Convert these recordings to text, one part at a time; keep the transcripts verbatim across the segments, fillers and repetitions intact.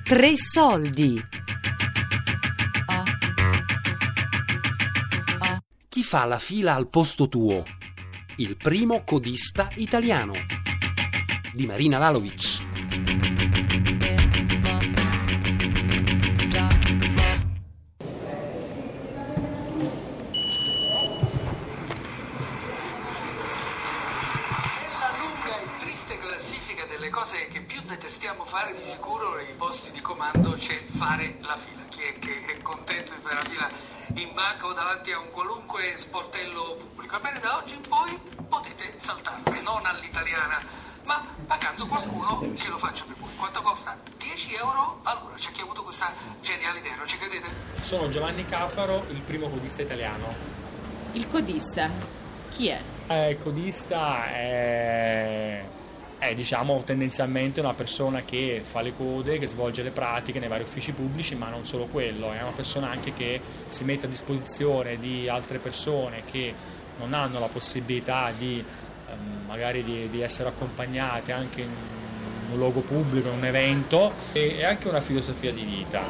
Tre soldi. Chi fa la fila al posto tuo? Il primo codista italiano di Marina Lalovic. Classifica delle cose che più detestiamo fare, di sicuro nei posti di comando c'è fare la fila. Chi è che è contento di fare la fila in banca o davanti a un qualunque sportello pubblico? Ebbene, da oggi in poi potete saltarle, non all'italiana, ma pagando qualcuno che lo faccia per voi. Quanto costa? dieci euro? Allora, c'è chi ha avuto questa geniale idea, non ci credete? Sono Giovanni Cafaro, il primo codista italiano. Il codista? Chi è? Eh, il codista è... è diciamo tendenzialmente una persona che fa le code, che svolge le pratiche nei vari uffici pubblici, ma non solo quello, è una persona anche che si mette a disposizione di altre persone che non hanno la possibilità di ehm, magari di, di essere accompagnate anche in un luogo pubblico, in un evento, e è anche una filosofia di vita.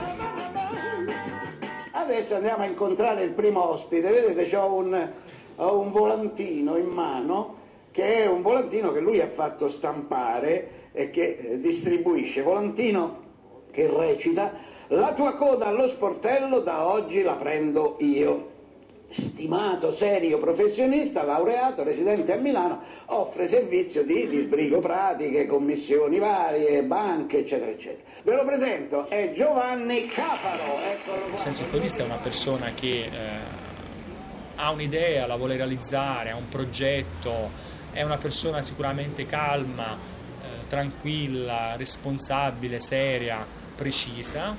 Adesso andiamo a incontrare il primo ospite. Vedete, c'ho un, ho un volantino in mano, che è un volantino che lui ha fatto stampare e che distribuisce. Volantino che recita: la tua coda allo sportello da oggi la prendo io. Stimato, serio professionista, laureato, residente a Milano, offre servizio di disbrigo pratiche, commissioni varie, banche, eccetera, eccetera. Ve lo presento, è Giovanni Cafaro. Eccolo. Nel senso, il codista è una persona che eh, ha un'idea, la vuole realizzare, ha un progetto. È una persona sicuramente calma, eh, tranquilla, responsabile, seria, precisa,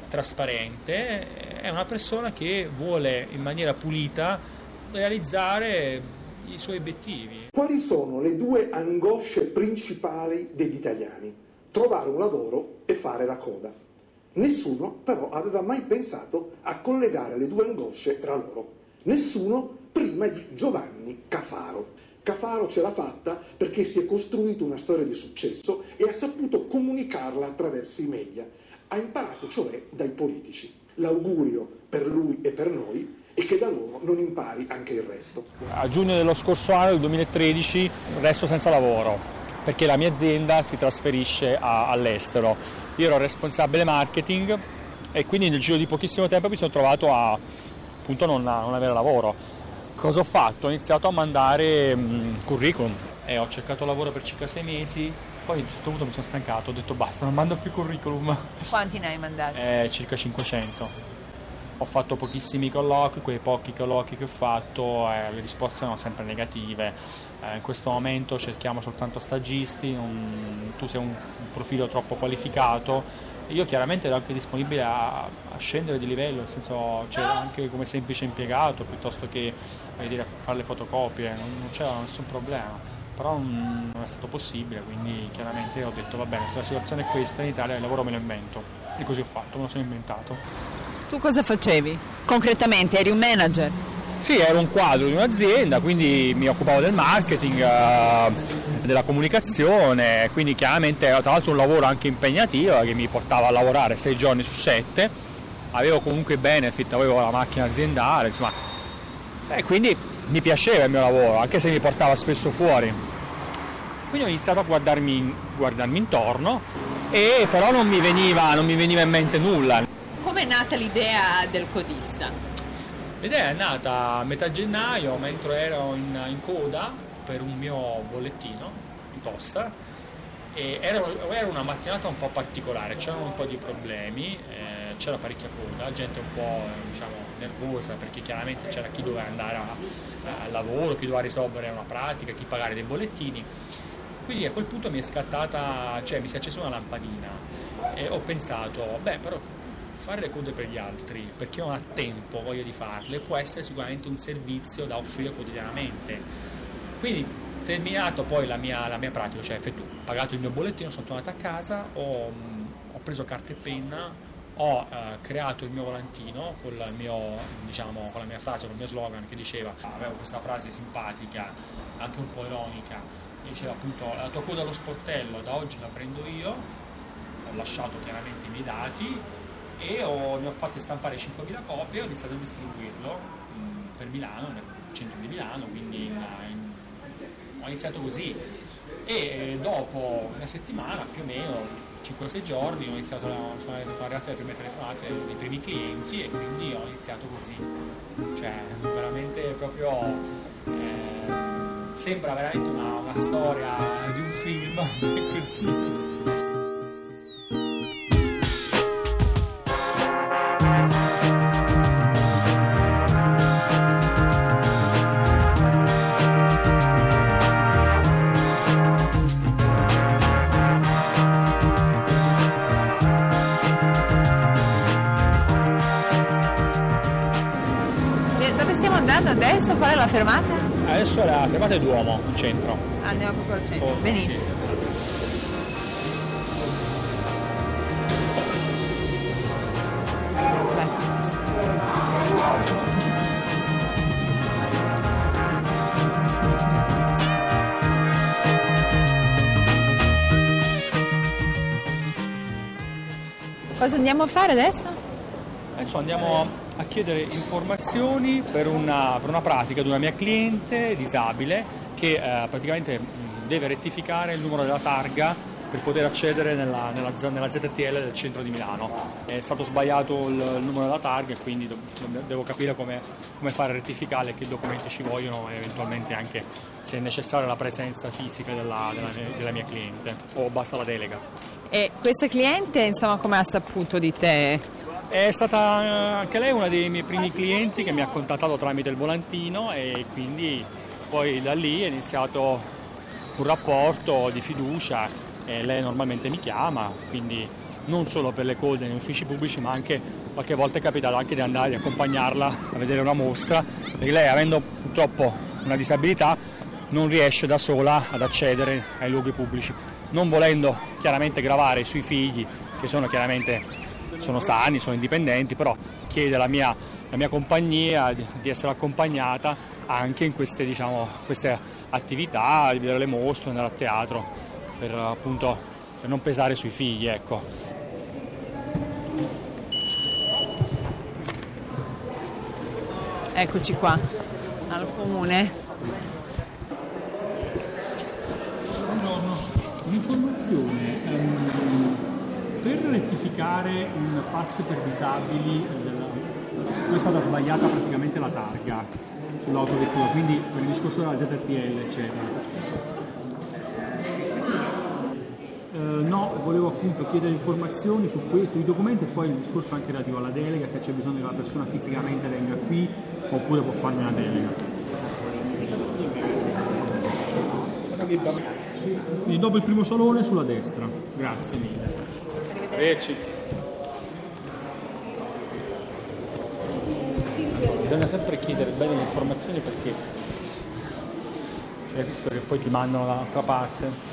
trasparente. È una persona che vuole in maniera pulita realizzare i suoi obiettivi. Quali sono le due angosce principali degli italiani? Trovare un lavoro e fare la coda. Nessuno però aveva mai pensato a collegare le due angosce tra loro. Nessuno prima di Giovanni Cafaro. Cafaro ce l'ha fatta perché si è costruito una storia di successo e ha saputo comunicarla attraverso i media. Ha imparato cioè dai politici. L'augurio per lui e per noi è che da loro non impari anche il resto. A giugno dello scorso anno, del duemilatredici, resto senza lavoro perché la mia azienda si trasferisce a, all'estero. Io ero responsabile marketing e quindi nel giro di pochissimo tempo mi sono trovato a appunto non, a non avere lavoro. Cosa ho fatto? Ho iniziato a mandare mh, curriculum e ho cercato lavoro per circa sei mesi, poi a un certo punto mi sono stancato, ho detto basta, non mando più curriculum. Quanti ne hai mandati? Eh, circa cinquecento. Ho fatto pochissimi colloqui, quei pochi colloqui che ho fatto, eh, le risposte erano sempre negative. Eh, in questo momento cerchiamo soltanto stagisti, un, tu sei un, un profilo troppo qualificato. Io chiaramente ero anche disponibile a, a scendere di livello, nel senso, cioè, anche come semplice impiegato, piuttosto che dire, fare le fotocopie, non, non c'era nessun problema, però non, non è stato possibile, quindi chiaramente ho detto va bene, se la situazione è questa in Italia il lavoro me lo invento, e così ho fatto, me lo sono inventato. Tu cosa facevi? Concretamente, eri un manager? Sì, ero un quadro di un'azienda, quindi mi occupavo del marketing, eh, della comunicazione, quindi chiaramente era tra l'altro un lavoro anche impegnativo che mi portava a lavorare sei giorni su sette, avevo comunque i benefit, avevo la macchina aziendale, insomma, e quindi mi piaceva il mio lavoro, anche se mi portava spesso fuori. Quindi ho iniziato a guardarmi, guardarmi intorno e però non mi veniva, non mi veniva in mente nulla. Come è nata l'idea del codista? L'idea è nata a metà gennaio, mentre ero in, in coda per un mio bollettino in posta, e era, era una mattinata un po' particolare, c'erano un po' di problemi, eh, c'era parecchia coda, gente un po' diciamo nervosa perché chiaramente c'era chi doveva andare a, a, al lavoro, chi doveva risolvere una pratica, chi pagare dei bollettini. Quindi a quel punto mi è scattata, cioè mi si è accesa una lampadina e ho pensato, beh però fare le code per gli altri, per chi non ha tempo, voglia di farle, può essere sicuramente un servizio da offrire quotidianamente. Quindi, terminato poi la mia, la mia pratica, cioè effettu- pagato il mio bollettino, sono tornato a casa, ho, ho preso carta e penna, ho eh, creato il mio volantino con, il mio, diciamo, con la mia frase, con il mio slogan che diceva, avevo questa frase simpatica, anche un po' ironica, che diceva appunto la tua coda allo sportello da oggi la prendo io, ho lasciato chiaramente i miei dati e ho, ne ho fatte stampare cinquemila copie e ho iniziato a distribuirlo mh, per Milano, nel centro di Milano, quindi in, in, ho iniziato così e dopo una settimana più o meno, cinque sei giorni, ho iniziato a, sono arrivate le prime telefonate dei primi clienti e quindi ho iniziato così, cioè veramente proprio eh, sembra veramente una, una storia di un film così. Adesso qual è la fermata? Adesso la fermata è Duomo, in centro. Andiamo proprio al centro, oh, benissimo. Sì. Cosa andiamo a fare adesso? Adesso andiamo a a chiedere informazioni per una, per una pratica di una mia cliente disabile che eh, praticamente deve rettificare il numero della targa per poter accedere nella, nella, nella Z T L del centro di Milano. È stato sbagliato il, il numero della targa e quindi do, devo capire come, come fare a rettificare, che documenti ci vogliono e eventualmente anche se è necessaria la presenza fisica della, della, della mia cliente o basta la delega. E questa cliente insomma come ha saputo di te? È stata anche lei una dei miei primi clienti che mi ha contattato tramite il volantino e quindi poi da lì è iniziato un rapporto di fiducia e lei normalmente mi chiama, quindi non solo per le code negli uffici pubblici ma anche qualche volta è capitato anche di andare a accompagnarla a vedere una mostra, perché lei avendo purtroppo una disabilità non riesce da sola ad accedere ai luoghi pubblici, non volendo chiaramente gravare sui figli che sono chiaramente sono sani, sono indipendenti, però chiede alla mia, alla mia compagnia di, di essere accompagnata anche in queste, diciamo, queste attività, di vedere le mostre, andare a teatro, per appunto per non pesare sui figli, ecco. Eccoci qua, al comune. Buongiorno, un'informazione. Um... Per rettificare un pass per disabili, eh, è stata sbagliata praticamente la targa sull'autovettura, quindi per il discorso della Z T L eccetera. Eh, no, volevo appunto chiedere informazioni su que- sui documenti e poi il discorso anche relativo alla delega, se c'è bisogno che la persona fisicamente venga qui oppure può farmi una delega. Quindi dopo il primo salone sulla destra, grazie mille. Arrivederci. Bisogna sempre chiedere bene le informazioni perché c'è il rischio che poi ti mandano dall'altra parte.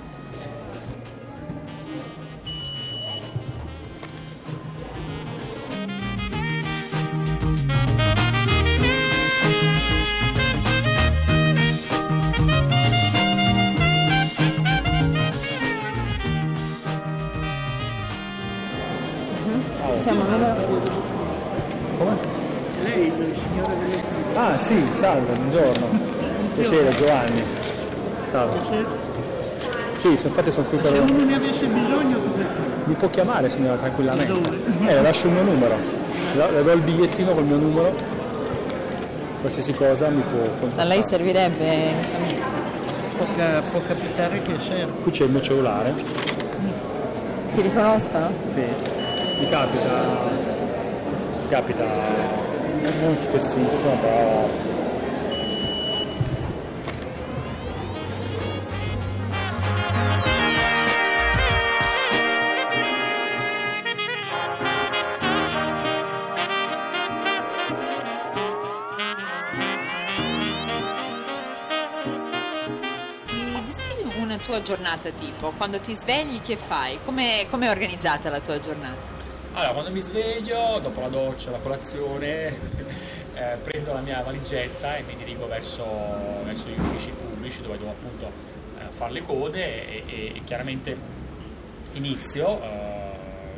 Siamo numero... Come? Lei, il signore delle... Ah sì, salve, buongiorno. Piacere, Giovanni. Salve. Piacere. Sì, infatti sono qui per... Se uno ne avesse bisogno, cosa fa? Mi può chiamare, signora, tranquillamente. Dove? Eh, le lascio il mio numero. Le do il bigliettino col mio numero. Qualsiasi cosa mi può contattare. A lei servirebbe, insomma. Può, ca- può capitare che serve. Qui c'è il mio cellulare. Ti riconoscono? Sì. Mi capita, mi capita non spessissimo, però Mi descrivi una tua giornata tipo, quando ti svegli che fai? Come è organizzata la tua giornata? allora, quando mi sveglio, dopo la doccia, la colazione, eh, prendo la mia valigetta e mi dirigo verso, verso gli uffici pubblici dove devo appunto eh, fare le code e, e, e chiaramente inizio. Eh,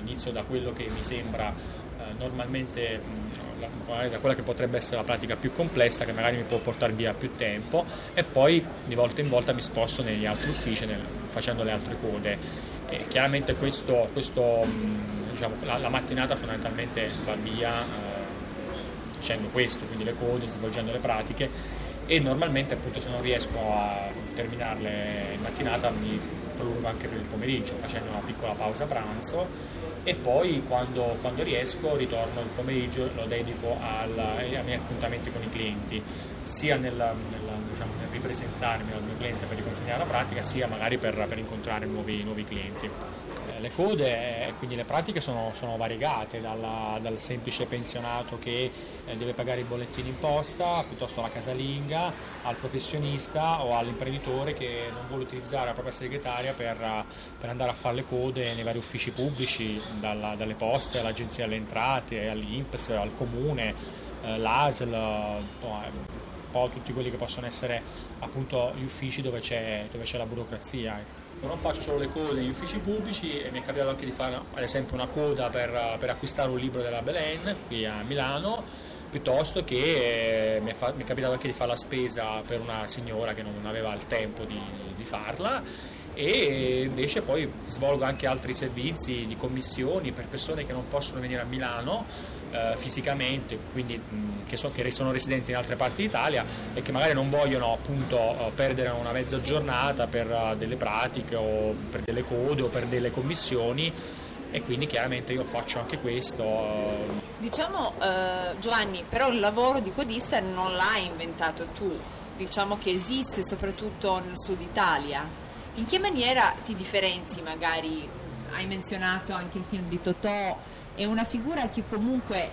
inizio da quello che mi sembra eh, normalmente mh, la, da quella che potrebbe essere la pratica più complessa, che magari mi può portare via più tempo, e poi di volta in volta mi sposto negli altri uffici nel, facendo le altre code. E chiaramente questo, questo mh, diciamo, la, la mattinata fondamentalmente va via eh, facendo questo, quindi le code, svolgendo le pratiche, e normalmente appunto se non riesco a terminarle in mattinata mi prolungo anche per il pomeriggio facendo una piccola pausa pranzo, e poi quando, quando riesco ritorno il pomeriggio, lo dedico alla, ai miei appuntamenti con i clienti, sia nel, nel, diciamo, nel ripresentarmi al mio cliente per riconsegnare la pratica, sia magari per, per incontrare nuovi, nuovi clienti. Le code, quindi le pratiche sono, sono variegate, dalla, dal semplice pensionato che eh, deve pagare i bollettini in posta, piuttosto alla casalinga, al professionista o all'imprenditore che non vuole utilizzare la propria segretaria per, per andare a fare le code nei vari uffici pubblici, dalla, dalle poste all'agenzia delle entrate, all'I N P S, al comune, eh, l'A S L, un po', un po' tutti quelli che possono essere appunto gli uffici dove c'è, dove c'è la burocrazia. Non faccio solo le code negli uffici pubblici, e mi è capitato anche di fare ad esempio una coda per, per acquistare un libro della Belen qui a Milano, piuttosto che eh, mi, è fa, mi è capitato anche di fare la spesa per una signora che non aveva il tempo di, di farla, e invece poi svolgo anche altri servizi di commissioni per persone che non possono venire a Milano eh, fisicamente, quindi mh, che, so, che sono residenti in altre parti d'Italia e che magari non vogliono appunto uh, perdere una mezza giornata per uh, delle pratiche o per delle code o per delle commissioni, e quindi chiaramente io faccio anche questo. Uh. Diciamo uh, Giovanni, però il lavoro di codista non l'hai inventato tu, diciamo che esiste soprattutto nel sud Italia. In che maniera ti differenzi? Magari hai menzionato anche il film di Totò, è una figura che comunque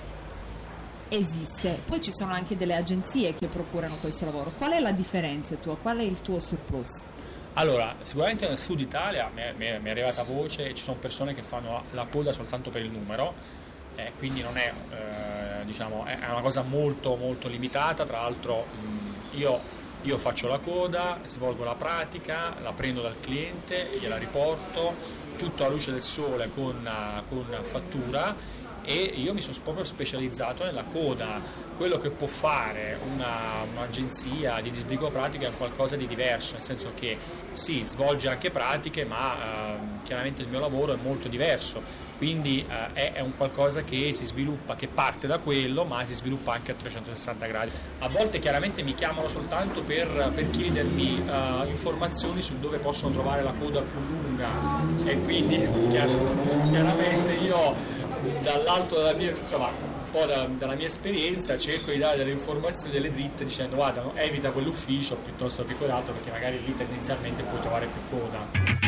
esiste, poi ci sono anche delle agenzie che procurano questo lavoro. Qual è la differenza tua? Qual è il tuo surplus? Allora, sicuramente nel sud Italia mi è, mi è arrivata voce, ci sono persone che fanno la coda soltanto per il numero, eh, quindi non è, eh, diciamo, è una cosa molto molto limitata. Tra l'altro mh, io Io faccio la coda, svolgo la pratica, la prendo dal cliente, gliela riporto, tutto a luce del sole con, con fattura, e io mi sono proprio specializzato nella coda. Quello che può fare una, un'agenzia di disbrigo pratica è qualcosa di diverso, nel senso che sì, svolge anche pratiche, ma eh, chiaramente il mio lavoro è molto diverso, quindi eh, è, è un qualcosa che si sviluppa, che parte da quello, ma si sviluppa anche a trecentosessanta gradi. A volte chiaramente mi chiamano soltanto per, per chiedermi uh, informazioni su dove possono trovare la coda più lunga, e quindi chiar- chiaramente io dall'alto della mia, insomma, un po' da, dalla mia esperienza cerco di dare delle informazioni, delle dritte, dicendo guarda, no, evita quell'ufficio piuttosto che quell'altro, perché magari lì tendenzialmente puoi trovare più coda.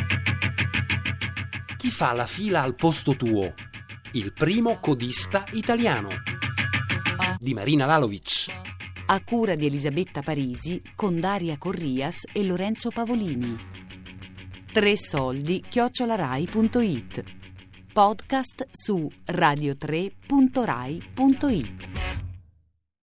Chi fa la fila al posto tuo? Il primo codista italiano di Marina Lalovic. A cura di Elisabetta Parisi con Daria Corrias e Lorenzo Pavolini. Tre soldi chiocciola-rai punto it. Podcast su radio tre punto rai punto it.